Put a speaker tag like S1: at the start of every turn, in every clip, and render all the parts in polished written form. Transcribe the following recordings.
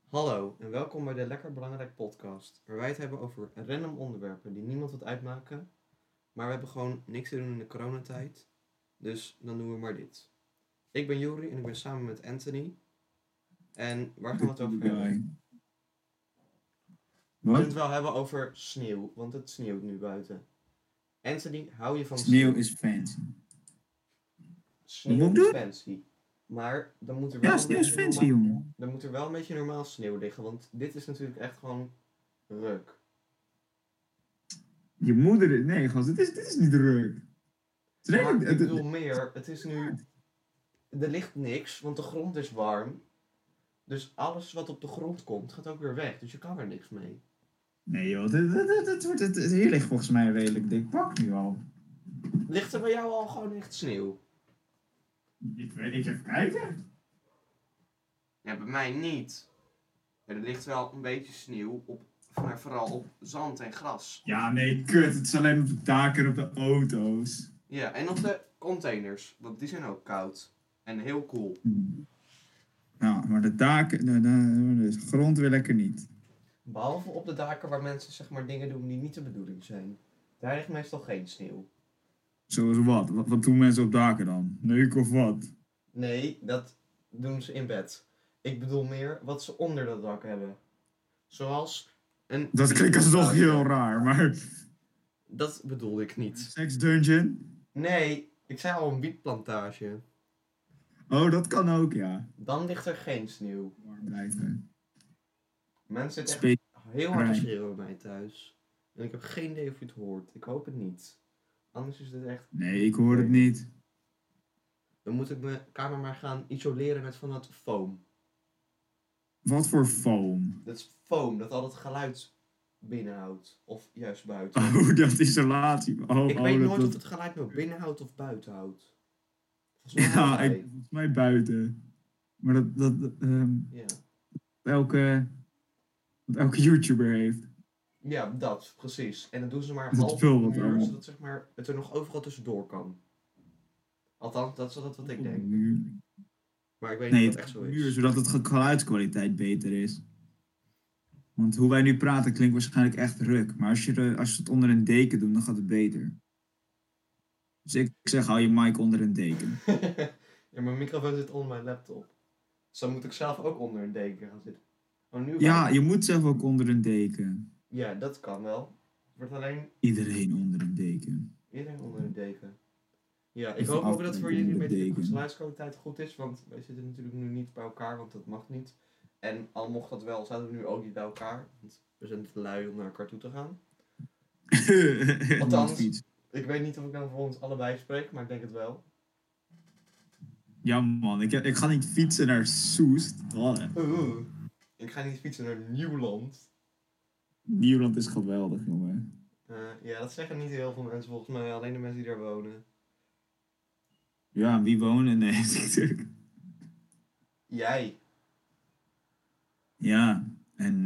S1: Hallo en welkom bij de Lekker Belangrijk podcast, waar wij het hebben over random onderwerpen die niemand wil uitmaken, maar we hebben gewoon niks te doen in de coronatijd, dus dan doen we maar dit. Ik ben Jori en ik ben samen met Anthony. En waar gaan we het over hebben? We kunnen het wel hebben over sneeuw, want het sneeuwt nu buiten. Anthony, hou je van sneeuw?
S2: Sneeuw is fancy.
S1: Sneeuw is fancy. Maar dan moet er wel
S2: sneeuw is fancy, jongen.
S1: Dan moet er wel een beetje normaal sneeuw liggen, want dit is natuurlijk echt gewoon ruk.
S2: Je moeder... Nee, gast, dit is niet ruk.
S1: Maar ik bedoel meer, het is nu... Er ligt niks, want de grond is warm. Dus alles wat op de grond komt, gaat ook weer weg. Dus je kan er niks mee.
S2: Nee joh, hier ligt volgens mij een redelijk dik pak nu al.
S1: Ligt er bij jou al gewoon echt sneeuw?
S2: Ik even kijken.
S1: Ja, bij mij niet. Ja, er ligt wel een beetje sneeuw, maar vooral op zand en gras.
S2: Ja, nee, kut. Het is alleen op de daken en op de auto's.
S1: Ja, en op de containers, want die zijn ook koud. En heel cool.
S2: Nou, maar de daken, de grond wil lekker niet.
S1: Behalve op de daken waar mensen zeg maar dingen doen die niet de bedoeling zijn. Daar ligt meestal geen sneeuw.
S2: Zoals wat? Wat doen mensen op daken dan? Neuken of wat?
S1: Nee, dat doen ze in bed. Ik bedoel meer wat ze onder dat dak hebben. Zoals een...
S2: Dat klinkt alsnog heel raar, maar...
S1: Dat bedoelde ik niet.
S2: Sex dungeon?
S1: Nee, ik zei al een wietplantage.
S2: Oh, dat kan ook, ja.
S1: Dan ligt er geen sneeuw.
S2: Warm blijven.
S1: Mensen zitten echt heel hard te schreeuwen bij mij thuis. En ik heb geen idee of je het hoort. Ik hoop het niet. Anders is het echt...
S2: Nee, ik hoor het niet.
S1: Dan moet ik mijn kamer maar gaan isoleren met van dat foam.
S2: Wat voor foam?
S1: Dat is foam, dat al het geluid binnenhoudt. Of juist buiten.
S2: Oh, dat isolatie.
S1: Ik weet nooit of het geluid nou binnenhoudt of buiten houdt.
S2: Volgens mij buiten. Maar
S1: ja.
S2: elke YouTuber heeft.
S1: Ja, dat, precies. En dan doen ze maar
S2: Dat
S1: half uur, zodat zeg maar, het er nog overal tussendoor kan. Althans, dat is altijd wat ik denk. Maar ik weet niet of het echt zo is.
S2: Muur, zodat het geluidskwaliteit beter is. Want hoe wij nu praten klinkt waarschijnlijk echt ruk. Maar als je het onder een deken doet, dan gaat het beter. Dus ik zeg, hou je mic onder een deken.
S1: Ja, mijn microfoon zit onder mijn laptop. Dus dan moet ik zelf ook onder een deken gaan zitten. Oh, nu
S2: je moet zelf ook onder een deken.
S1: Ja, dat kan wel. Het wordt alleen...
S2: Iedereen onder een deken.
S1: Iedereen onder een deken. Ja, ik hoop ook dat voor jullie met de geluidskwaliteit goed is. Want wij zitten natuurlijk nu niet bij elkaar, want dat mag niet. En al mocht dat wel, zaten we nu ook niet bij elkaar. Want we zijn te lui om naar elkaar toe te gaan. Althans, ik weet niet of ik nou voor ons allebei spreek, maar ik denk het wel.
S2: Ja man, ik ga niet fietsen naar Soest.
S1: Ik ga niet fietsen naar Nieuwland.
S2: Nieuwland is geweldig, jongen.
S1: Ja, dat zeggen niet heel veel mensen volgens mij. Alleen de mensen die daar wonen.
S2: Ja, wie wonen? Nee, natuurlijk.
S1: Jij.
S2: Ja, en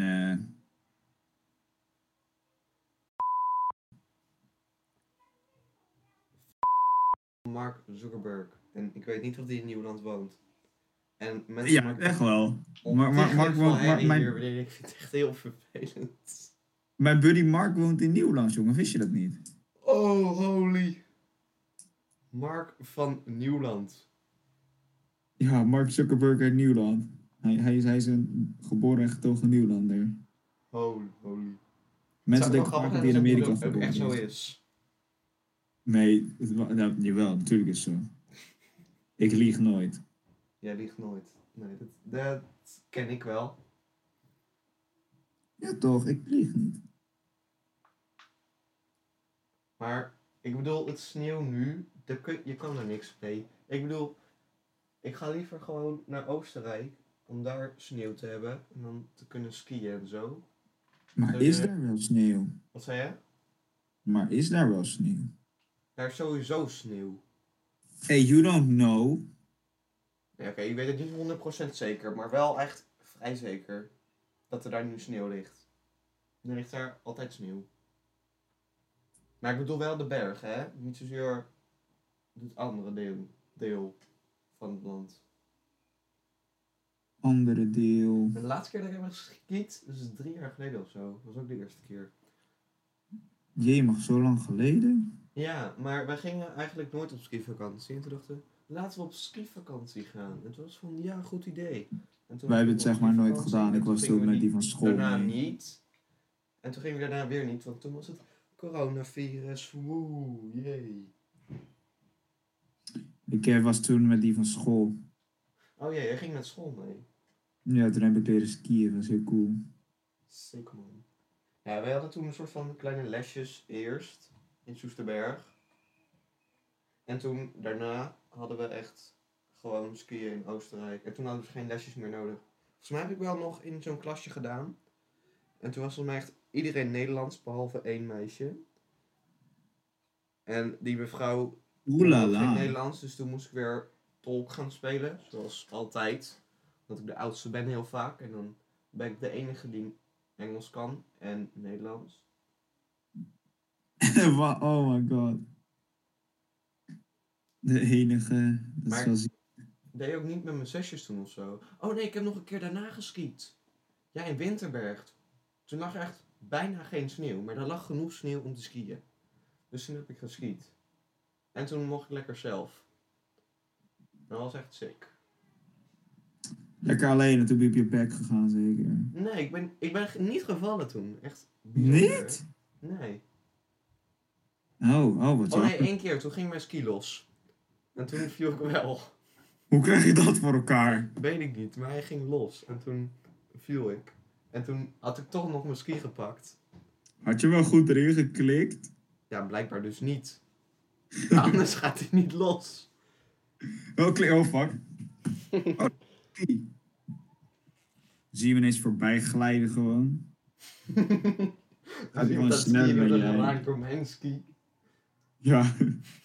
S1: Mark Zuckerberg. En ik weet niet of die in Nieuwland woont. En mensen
S2: ja, echt wel.
S1: Mark woont hier. Ik vind het echt heel vervelend.
S2: Mijn buddy Mark woont in Nieuwland, jongen. Wist je dat niet?
S1: Oh, holy. Mark van Nieuwland.
S2: Ja, Mark Zuckerberg uit Nieuwland. Hij is een geboren en getogen Nieuwlander.
S1: Holy.
S2: Mensen denken vaak dat hij in Amerika
S1: ook echt zo is.
S2: Nee, jawel, natuurlijk is het zo. Ik lieg nooit.
S1: Jij liegt nooit. Nee, dat ken ik wel.
S2: Ja toch, ik lieg niet.
S1: Maar, ik bedoel, het sneeuw nu, je kan er niks mee. Ik bedoel, ik ga liever gewoon naar Oostenrijk om daar sneeuw te hebben en dan te kunnen skiën en zo.
S2: Maar is daar wel sneeuw?
S1: Wat zei je?
S2: Maar is daar wel sneeuw?
S1: Daar is sowieso sneeuw.
S2: Hey, you don't know.
S1: Ja, oké, je weet het niet 100% zeker, maar wel echt vrij zeker dat er daar nu sneeuw ligt. Er ligt daar altijd sneeuw. Maar ik bedoel wel de bergen, hè? Niet zozeer het andere deel van het land.
S2: Andere deel.
S1: laatste keer dat ik heb geskiet, dus 3 jaar geleden of zo. Dat was ook de eerste keer.
S2: Jee, mag zo lang geleden?
S1: Ja, maar wij gingen eigenlijk nooit op skivakantie. En toen dachten we, laten we op skivakantie gaan. En toen was van, ja, goed idee. En toen
S2: Wij hebben
S1: gingen
S2: het
S1: we
S2: zeg
S1: op
S2: maar nooit
S1: skivakantie
S2: gedaan.
S1: en
S2: Ik was
S1: gingen
S2: toen
S1: we
S2: met die van school
S1: daarna
S2: mee.
S1: niet. En toen gingen we daarna weer niet, want toen was het coronavirus. Woe, jee.
S2: Ik was toen met die van school.
S1: Oh ja, jij ging met school mee.
S2: Ja, toen heb ik leren skiën. Dat was heel cool.
S1: Sick man. Ja, wij hadden toen een soort van kleine lesjes eerst in Soesterberg. En toen daarna hadden we echt gewoon skiën in Oostenrijk. En toen hadden we geen lesjes meer nodig. Volgens mij heb ik wel nog in zo'n klasje gedaan. En toen was volgens mij echt iedereen Nederlands, behalve 1 meisje. En die mevrouw kon ook geen
S2: Oelala.
S1: Nederlands, dus toen moest ik weer tolk gaan spelen, zoals altijd. Want ik de oudste ben heel vaak. En dan ben ik de enige die Engels kan en Nederlands.
S2: Oh my god. De enige. Dat
S1: Maar-
S2: is wel ziek.
S1: Deed je ook niet met mijn zusjes toen of zo? Oh nee, ik heb nog een keer daarna geskiet. Ja, in Winterberg. Toen lag er echt bijna geen sneeuw, maar er lag genoeg sneeuw om te skiën. Dus toen heb ik geskiet. En toen mocht ik lekker zelf. Dat was echt sick.
S2: Lekker alleen en toen ben je op je bek gegaan zeker.
S1: Nee, ik ben niet gevallen toen. Echt bijzonder.
S2: Niet?
S1: Nee.
S2: Oh, wat
S1: Oh
S2: zo.
S1: nee, 1 keer. Toen ging mijn ski los. En toen viel ik wel.
S2: Hoe krijg je dat voor elkaar?
S1: Weet ik niet, maar hij ging los. En toen viel ik. En toen had ik toch nog mijn ski gepakt.
S2: Had je wel goed erin geklikt?
S1: Ja, blijkbaar dus niet. Anders gaat hij niet los.
S2: Oh, fuck. Oh, ski. Zie je me ineens voorbij glijden gewoon.
S1: Als
S2: gewoon
S1: iemand dat
S2: sneller
S1: skiën
S2: dan
S1: dan
S2: jij.
S1: raakt door mijn ski.
S2: Ja.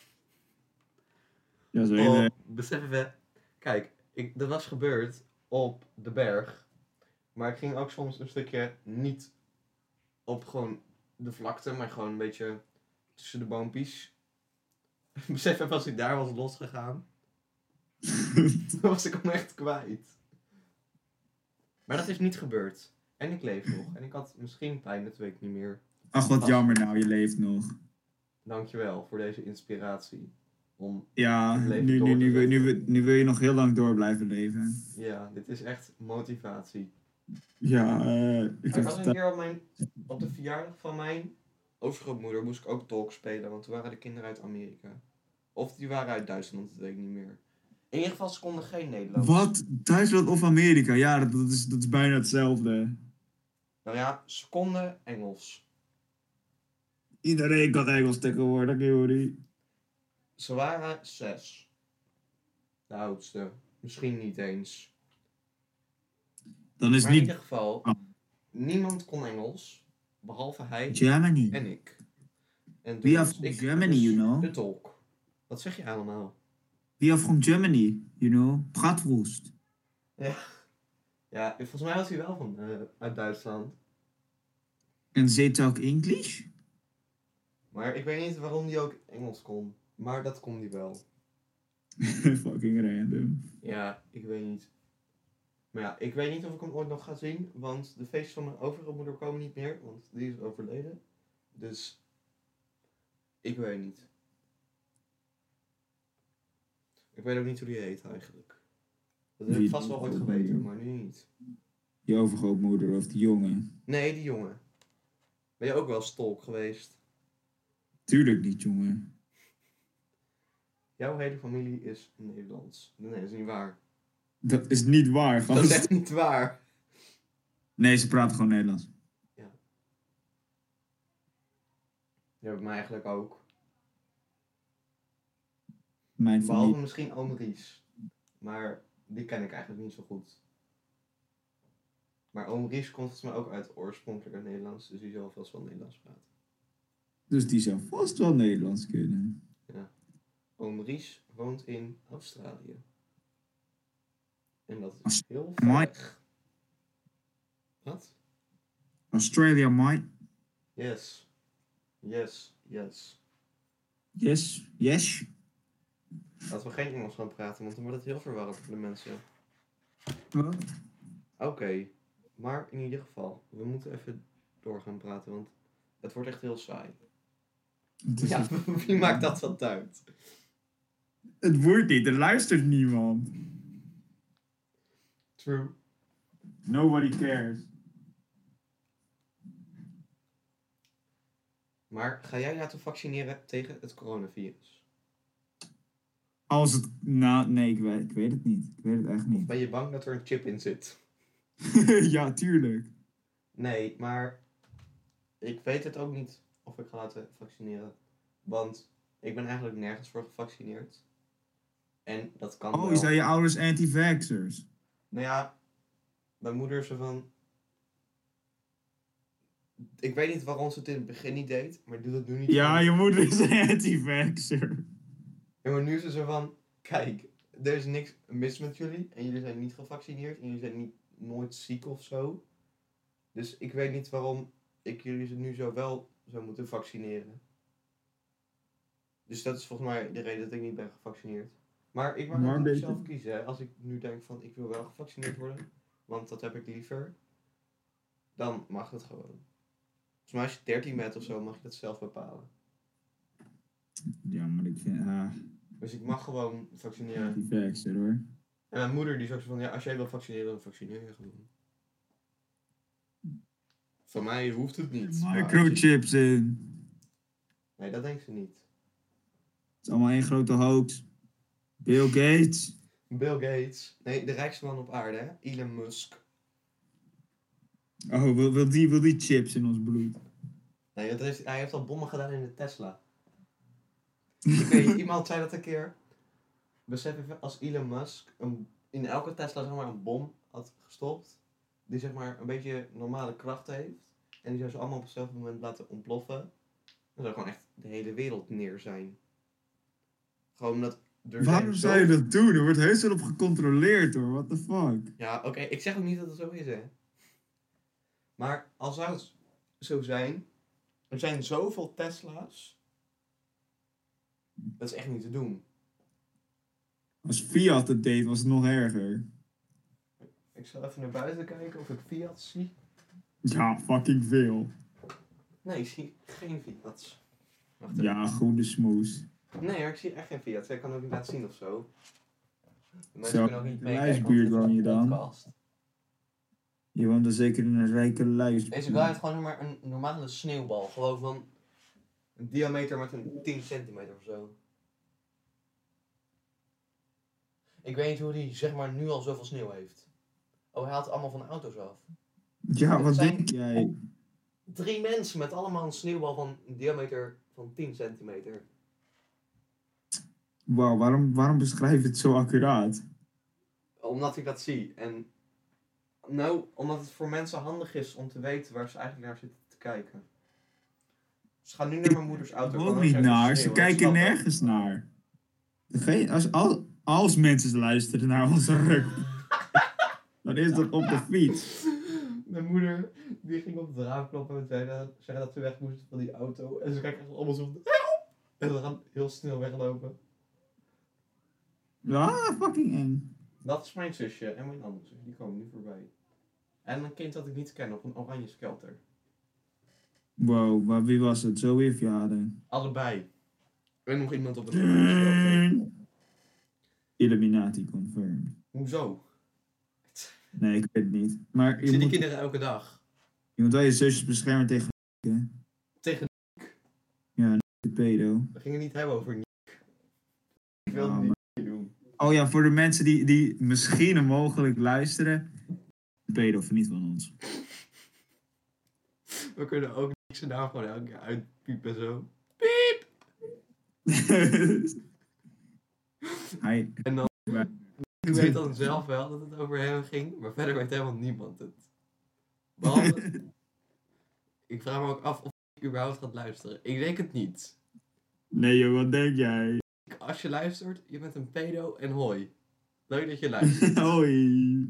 S2: Ja, zo
S1: Oh,
S2: hele...
S1: besef even. Kijk, dat was gebeurd op de berg. Maar ik ging ook soms een stukje niet op gewoon de vlakte, maar gewoon een beetje tussen de boompjes. Besef even als ik daar was losgegaan. Dan was ik hem echt kwijt. Maar dat is niet gebeurd. En ik leef nog. En ik had misschien pijn, dat weet ik niet meer.
S2: Ach, wat jammer nou, je leeft nog.
S1: Dankjewel voor deze inspiratie. Om,
S2: Ja,
S1: Het leven
S2: nu,
S1: door
S2: nu,
S1: te
S2: nu, wil- nu,
S1: zetten.
S2: wil- nu wil je nog heel lang door blijven leven.
S1: ja, dit is echt motivatie.
S2: Ja, ik
S1: Ik
S2: heb
S1: had een
S2: het...
S1: keer op de verjaardag van mijn overgrootmoeder moest ik ook tolk spelen, want toen waren de kinderen uit Amerika. Of die waren uit Duitsland, dat weet ik niet meer. In ieder geval, ze konden geen Nederlands.
S2: Wat? Duitsland of Amerika? Ja, dat is bijna hetzelfde.
S1: Nou ja, ze konden Engels.
S2: Iedereen kan Engels tegenwoordig, Jori.
S1: Ze waren 6. De oudste. Misschien niet eens.
S2: Dan is
S1: Maar in
S2: niet
S1: ieder geval,
S2: Ah.
S1: niemand kon Engels, behalve hij
S2: Germany.
S1: en ik. En
S2: We
S1: toen
S2: are
S1: was
S2: from
S1: ik
S2: Germany,
S1: dus
S2: you know.
S1: de tolk. Wat zeg je allemaal?
S2: We are from Germany, you know. Bratwurst.
S1: Ja, volgens mij was hij wel van uit Duitsland.
S2: And they talk English?
S1: Maar ik weet niet waarom hij ook Engels kon. Maar dat kon hij wel.
S2: Fucking random.
S1: Ja, ik weet niet. Maar ja, ik weet niet of ik hem ooit nog ga zien. Want de feestjes van mijn overgrootmoeder komen niet meer. Want die is overleden. Dus ik weet niet. Ik weet ook niet hoe die heet eigenlijk. Dat heb ik
S2: Wie?
S1: vast wel ooit geweten, maar nu niet.
S2: Je overgrootmoeder of die jongen?
S1: Nee, die jongen. Ben je ook wel stolk geweest?
S2: Tuurlijk niet, jongen.
S1: Jouw hele familie is Nederlands. Nee, dat is niet waar.
S2: Dat is niet waar,
S1: Dat is
S2: gast.
S1: echt niet waar.
S2: Nee, ze praten gewoon Nederlands.
S1: Ja, bij mij eigenlijk ook.
S2: Mijn
S1: Behalve
S2: familie.
S1: misschien oom Ries. Maar die ken ik eigenlijk niet zo goed. Maar oom Ries komt volgens mij ook uit oorspronkelijk uit Nederlands. Dus die zal vast wel Nederlands praten.
S2: Dus die zou vast wel Nederlands kunnen.
S1: Oom Ries woont in Australië. En dat is
S2: Als-
S1: heel
S2: Amai.
S1: veilig. Wat?
S2: Australia, mate.
S1: Yes. Yes, yes.
S2: Yes, yes.
S1: Laten we geen Engels gaan praten, want dan wordt het heel verwarrend voor de mensen.
S2: Wat?
S1: Oké. Maar in ieder geval, we moeten even door gaan praten, want het wordt echt heel saai.
S2: Het is-
S1: Ja, wie maakt dat wat uit?
S2: Het wordt niet, er luistert niemand.
S1: True.
S2: Nobody cares.
S1: Maar ga jij laten vaccineren tegen het coronavirus?
S2: Als het... Nou, nee, ik weet het niet. Ik weet het echt
S1: Of
S2: niet.
S1: ben je bang dat er een chip in zit?
S2: Ja, tuurlijk.
S1: Nee, maar ik weet het ook niet of ik ga laten vaccineren. Want ik ben eigenlijk nergens voor gevaccineerd. En dat kan
S2: Oh,
S1: wel.
S2: zijn je ouders anti-vaxxers?
S1: Nou ja, mijn moeder zo van... Ik weet niet waarom ze het in het begin niet deed, maar doe dat nu niet.
S2: Ja,
S1: van-
S2: je moeder is een anti-vaxxer.
S1: Ja, maar nu is ze zo van... Kijk, er is niks mis met jullie. En jullie zijn niet gevaccineerd. En jullie zijn niet, nooit ziek of zo. Dus ik weet niet waarom ik jullie nu zo wel zou moeten vaccineren. Dus dat is volgens mij de reden dat ik niet ben gevaccineerd. Maar ik mag
S2: Maar
S1: natuurlijk
S2: beter.
S1: zelf kiezen. Hè. Als ik nu denk van ik wil wel gevaccineerd worden, want dat heb ik liever, dan mag het gewoon. Volgens mij als je 13 bent of zo mag je dat zelf bepalen.
S2: Ja, maar ik vind...
S1: Dus ik mag gewoon vaccineren.
S2: anti-vaxxer hoor.
S1: En mijn moeder die zegt zo van ja, als jij wil vaccineren, dan vaccineer je gewoon. Van mij hoeft het niet. maar als je-
S2: Microchips in.
S1: Nee, dat denkt ze niet.
S2: Het is allemaal één grote hoax. Bill Gates.
S1: Bill Gates. Nee, de rijkste man op aarde, hè? Elon Musk.
S2: Oh, wil die chips in ons bloed?
S1: Nee, hij heeft al bommen gedaan in de Tesla. Ik weet, iemand zei dat een keer. Besef even, als Elon Musk in elke Tesla zeg maar een bom had gestopt, die zeg maar een beetje normale kracht heeft, en die zou ze allemaal op hetzelfde moment laten ontploffen, dan zou gewoon echt de hele wereld neer zijn. Gewoon dat er
S2: Waarom
S1: zijn
S2: zou je dat doen? Er wordt heus wel op gecontroleerd hoor. What the fuck?
S1: Ja, oké, ik zeg ook niet dat het zo is, hè. Maar al zou het zo zijn, er zijn zoveel Tesla's, dat is echt niet te doen.
S2: Als Fiat het deed, was het nog erger.
S1: Ik zal even naar buiten kijken of ik Fiat zie.
S2: Ja, fucking veel.
S1: Nee, ik zie geen Fiat's. Wacht even.
S2: Ja, goede smoes.
S1: Nee hoor, ik zie echt geen Fiat. Ik kan ook niet laten zien of zo. De mensen
S2: Zo,
S1: kunnen ook niet
S2: in
S1: meekijken,
S2: Lijsbuurt
S1: want dit is
S2: woon je
S1: een
S2: dan?
S1: podcast.
S2: Je woont dan zeker in een rijke luis.
S1: Deze guy heeft gewoon maar een normale sneeuwbal. Gewoon van een diameter met een 10 centimeter of zo. Ik weet niet hoe hij zeg maar nu al zoveel sneeuw heeft. Oh, hij haalt allemaal van de auto's af.
S2: Ja,
S1: Het
S2: wat
S1: zijn-
S2: denk jij?
S1: 3 mensen met allemaal een sneeuwbal van een diameter van 10 centimeter.
S2: Wauw, waarom beschrijf je het zo accuraat?
S1: Omdat ik dat zie. En nou, omdat het voor mensen handig is om te weten waar ze eigenlijk naar zitten te kijken. Ze gaan nu naar mijn moeders auto.
S2: Ook
S1: kan
S2: niet
S1: even
S2: naar, ze
S1: schreeuwen,
S2: kijken
S1: snap ik.
S2: nergens naar. Als mensen luisteren naar onze ruk, dan is dat op de fiets.
S1: Mijn moeder, die ging op het raam kloppen en zei dat ze weg moesten van die auto. En ze kijken echt allemaal zo. En ze gaan heel snel weglopen.
S2: Ja, fucking eng.
S1: Dat is mijn zusje en mijn andere zusje, die komen nu voorbij. En een kind dat ik niet ken op een oranje skelter.
S2: Wow, maar wie was het? Zoe of Jade?
S1: Allebei. En nog iemand op een oranje skelter.
S2: Illuminati confirmed.
S1: Hoezo?
S2: Nee, ik weet het niet. Maar
S1: Ik
S2: je
S1: zie die
S2: moet,
S1: kinderen elke dag.
S2: je moet wel je zusjes beschermen tegen hè?
S1: Tegen
S2: de pedo.
S1: we gingen niet hebben over Nick. Ik wil
S2: Ja,
S1: het niet doen.
S2: Oh ja, voor de mensen die misschien en mogelijk luisteren. De pedo van niet van ons.
S1: We kunnen ook niks en daar gewoon elke keer uitpiepen zo.
S2: Hij,
S1: En dan,
S2: Maar-
S1: ik weet dan zelf wel dat het over hem ging, maar verder weet helemaal niemand het. Behalve, ik vraag me ook af of hij überhaupt gaat luisteren. Ik denk het niet.
S2: nee joh, wat denk jij?
S1: Als je luistert, je bent een pedo en hoi. Leuk dat je luistert.
S2: Hoi.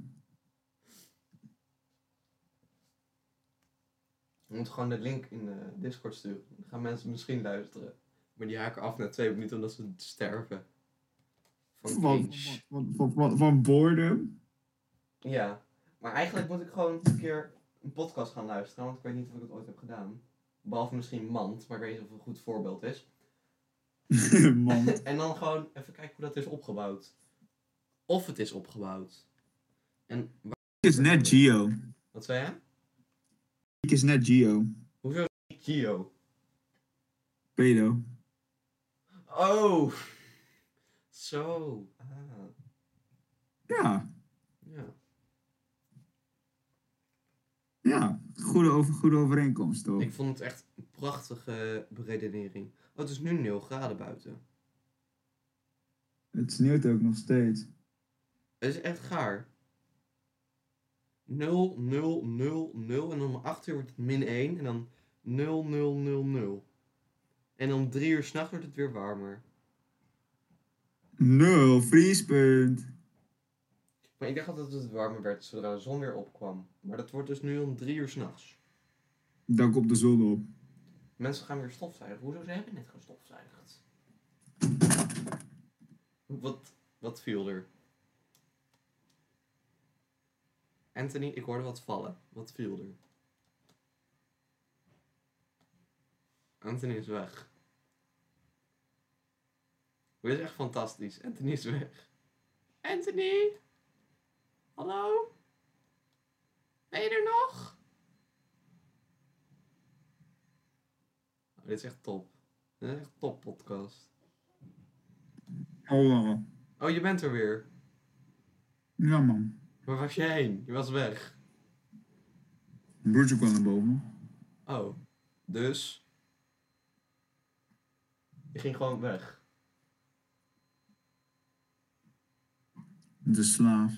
S1: We moeten gewoon de link in de Discord sturen. Dan gaan mensen misschien luisteren. Maar die haken af na 2 minuten omdat ze sterven. Van cringe.
S2: Van boredom?
S1: Ja. Maar eigenlijk moet ik gewoon een keer een podcast gaan luisteren, want ik weet niet of ik het ooit heb gedaan. Behalve misschien Mand, maar ik weet niet of het een goed voorbeeld is.
S2: Man.
S1: En dan gewoon even kijken hoe dat is opgebouwd. Of het is opgebouwd. En
S2: Het is net Geo.
S1: wat zei je?
S2: Ik is net Geo.
S1: Hoezo is Gio?
S2: Pedo.
S1: Oh! Zo. Ah.
S2: Ja.
S1: Ja.
S2: Ja. Goede overeenkomst, toch?
S1: Ik vond het echt een prachtige beredenering. Oh, het is nu 0 graden buiten.
S2: Het sneeuwt ook nog steeds.
S1: Het is echt gaar. 0, 0, 0, 0. En dan om 8 uur wordt het -1. En dan 0, 0, 0, 0. En om 3 uur 's nachts wordt het weer warmer.
S2: 0, vriespunt.
S1: Maar ik dacht altijd dat het warmer werd zodra de zon weer opkwam. Maar dat wordt dus nu om 3 uur 's nachts.
S2: Dan komt de zon op.
S1: Mensen gaan weer stofzuigen. Hoezo? Ze hebben net gestofzuigd. Wat viel er? Anthony, ik hoorde wat vallen. Wat viel er? Anthony is weg. Dit is echt fantastisch. Anthony is weg. Anthony? Hallo? Ben je er nog? Oh, dit is echt top. Dit is echt een top podcast.
S2: Oh,
S1: Oh, je bent er weer.
S2: ja man.
S1: Waar was je heen? Je was weg.
S2: Een broertje kwam naar boven.
S1: Oh, dus... Je ging gewoon weg.
S2: De slaaf.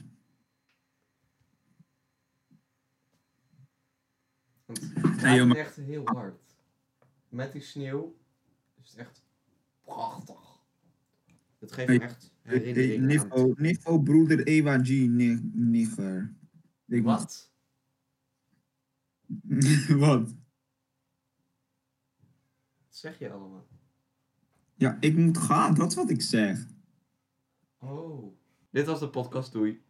S1: Want het
S2: Hey,
S1: gaat
S2: jongen.
S1: echt heel hard. Met die sneeuw is het echt prachtig. Het geeft me
S2: Hey,
S1: echt herinneringen aan.
S2: Niveau broeder Ewa G. Nigger.
S1: Wat?
S2: Wat?
S1: Wat zeg je allemaal?
S2: Ja, ik moet gaan. Dat is wat ik zeg.
S1: Oh. Dit was de podcast, doei.